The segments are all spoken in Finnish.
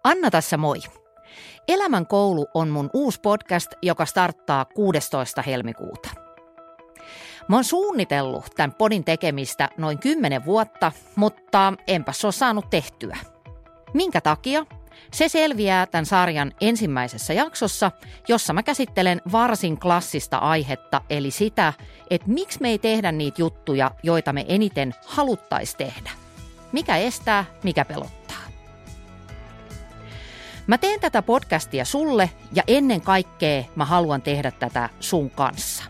Anna tässä moi. Elämän koulu on mun uusi podcast, joka starttaa 16. helmikuuta. Mä oon suunnitellut tämän podin tekemistä noin 10 vuotta, mutta enpäs ole saanut tehtyä. Minkä takia? Se selviää tämän sarjan ensimmäisessä jaksossa, jossa mä käsittelen varsin klassista aihetta, eli sitä, että miksi me ei tehdä niitä juttuja, joita me eniten haluttaisiin tehdä. Mikä estää, mikä pelottaa. Mä teen tätä podcastia sulle ja ennen kaikkea mä haluan tehdä tätä sun kanssa.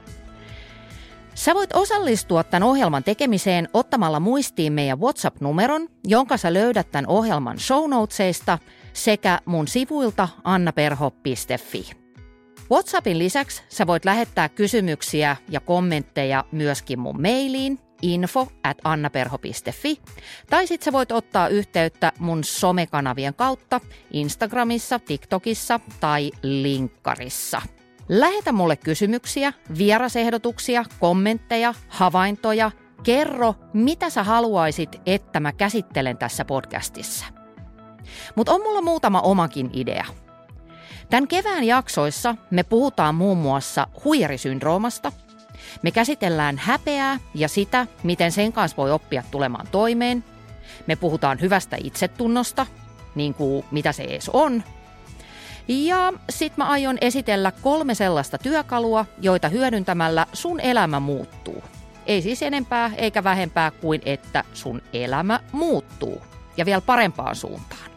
Sä voit osallistua tämän ohjelman tekemiseen ottamalla muistiin meidän WhatsApp-numeron, jonka sä löydät tämän ohjelman show notesista sekä mun sivuilta annaperho.fi. WhatsAppin lisäksi sä voit lähettää kysymyksiä ja kommentteja myöskin mun mailiin info@annaperho.fi tai sit sä voit ottaa yhteyttä mun somekanavien kautta Instagramissa, TikTokissa tai linkkarissa. Lähetä mulle kysymyksiä, vierasehdotuksia, kommentteja, havaintoja. Kerro, mitä sä haluaisit, että mä käsittelen tässä podcastissa. Mutta on mulla muutama omakin idea. Tämän kevään jaksoissa me puhutaan muun muassa huijarisyndroomasta. Me käsitellään häpeää ja sitä, miten sen kanssa voi oppia tulemaan toimeen. Me puhutaan hyvästä itsetunnosta, niin kuin mitä se edes on. Ja sit mä aion esitellä 3 sellaista työkalua, joita hyödyntämällä sun elämä muuttuu. Ei siis enempää eikä vähempää kuin että sun elämä muuttuu. Ja vielä parempaan suuntaan.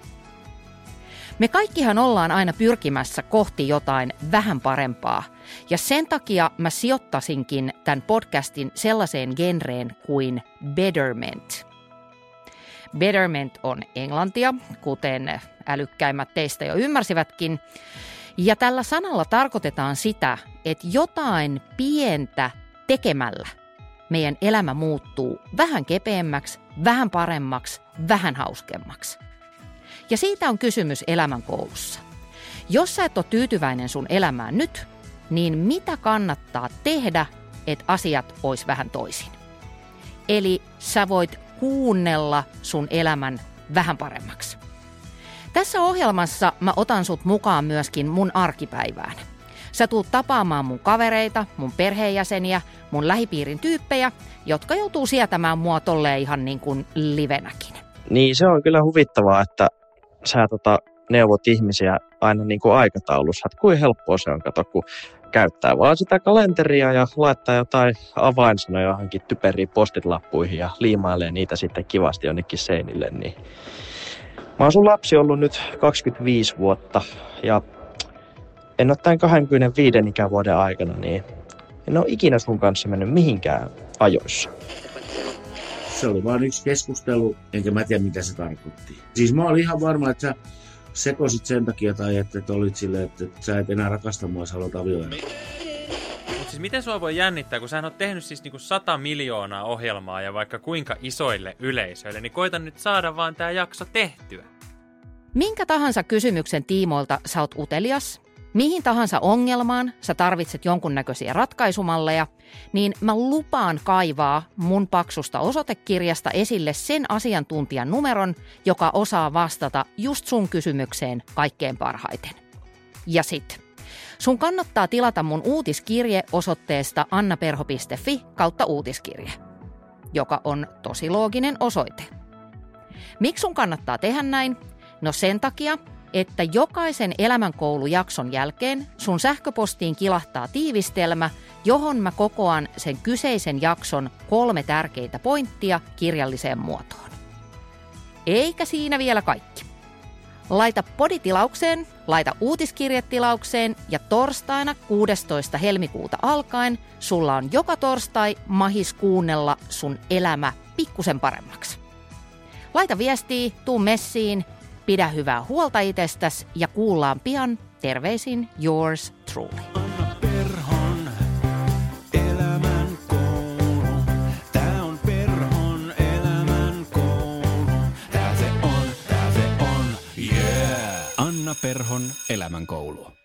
Me kaikkihan ollaan aina pyrkimässä kohti jotain vähän parempaa. Ja sen takia mä sijoittasinkin tämän podcastin sellaiseen genreen kuin betterment. Betterment on englantia, kuten älykkäimmät teistä jo ymmärsivätkin. Ja tällä sanalla tarkoitetaan sitä, että jotain pientä tekemällä meidän elämä muuttuu vähän kepeämmäksi, vähän paremmaksi, vähän hauskemmaksi. Ja siitä on kysymys elämänkoulussa. Jos sä et ole tyytyväinen sun elämään nyt, niin mitä kannattaa tehdä, että asiat olisi vähän toisin? Eli sä voit kuunnella sun elämän vähän paremmaksi. Tässä ohjelmassa mä otan sut mukaan myöskin mun arkipäivään. Sä tuut tapaamaan mun kavereita, mun perheenjäseniä, mun lähipiirin tyyppejä, jotka joutuu sietämään mua tolleen ihan niin kuin livenäkin. Niin, se on kyllä huvittavaa, että sä neuvot ihmisiä aina niin kuin aikataulussa. Että kuinka helppoa se on, kato, kun käyttää vaan sitä kalenteria ja laittaa jotain avainsanoja johonkin typeriin postitlappuihin ja liimailee niitä sitten kivasti jonnekin seinille. Niin. Mä oon sun lapsi ollut nyt 25 vuotta ja en ole tämän 25 ikävuoden aikana, niin en ole ikinä sun kanssa mennyt mihinkään ajoissa. Se oli vaan yksi keskustelu, enkä mä tiedä mitä se tarkoitti. Siis mä olin ihan varma, että sä sekoisit sen takia tai että olit silleen, että sä et enää rakasta mua, sä haluat avioeroa. Mutta siis miten sua voi jännittää, kun sähän oot tehnyt siis niinku 100 miljoonaa ohjelmaa ja vaikka kuinka isoille yleisöille, niin koita nyt saada vaan tää jakso tehtyä. Minkä tahansa kysymyksen tiimoilta sä oot utelias, mihin tahansa ongelmaan sä tarvitset jonkunnäköisiä ratkaisumalleja, niin mä lupaan kaivaa mun paksusta osoitekirjasta esille sen asiantuntijan numeron, joka osaa vastata just sun kysymykseen kaikkein parhaiten. Ja sit, sun kannattaa tilata mun uutiskirje osoitteesta annaperho.fi/uutiskirje, joka on tosi looginen osoite. Miksi sun kannattaa tehdä näin? No sen takia, että jokaisen elämänkoulujakson jälkeen sun sähköpostiin kilahtaa tiivistelmä, johon mä kokoan sen kyseisen jakson 3 tärkeintä pointtia kirjalliseen muotoon. Eikä siinä vielä kaikki. Laita poditilaukseen, laita uutiskirjetilaukseen ja torstaina 16. helmikuuta alkaen sulla on joka torstai mahis kuunnella sun elämä pikkusen paremmaksi. Laita viestiä, tuu messiin. Pidä hyvää huolta itsestäsi ja kuullaan pian. Terveisin yours truly. Anna Perhon elämänkoulu. Tää on Perhon elämänkoulu. Tää se on, yeah. Anna Perhon elämänkoulu.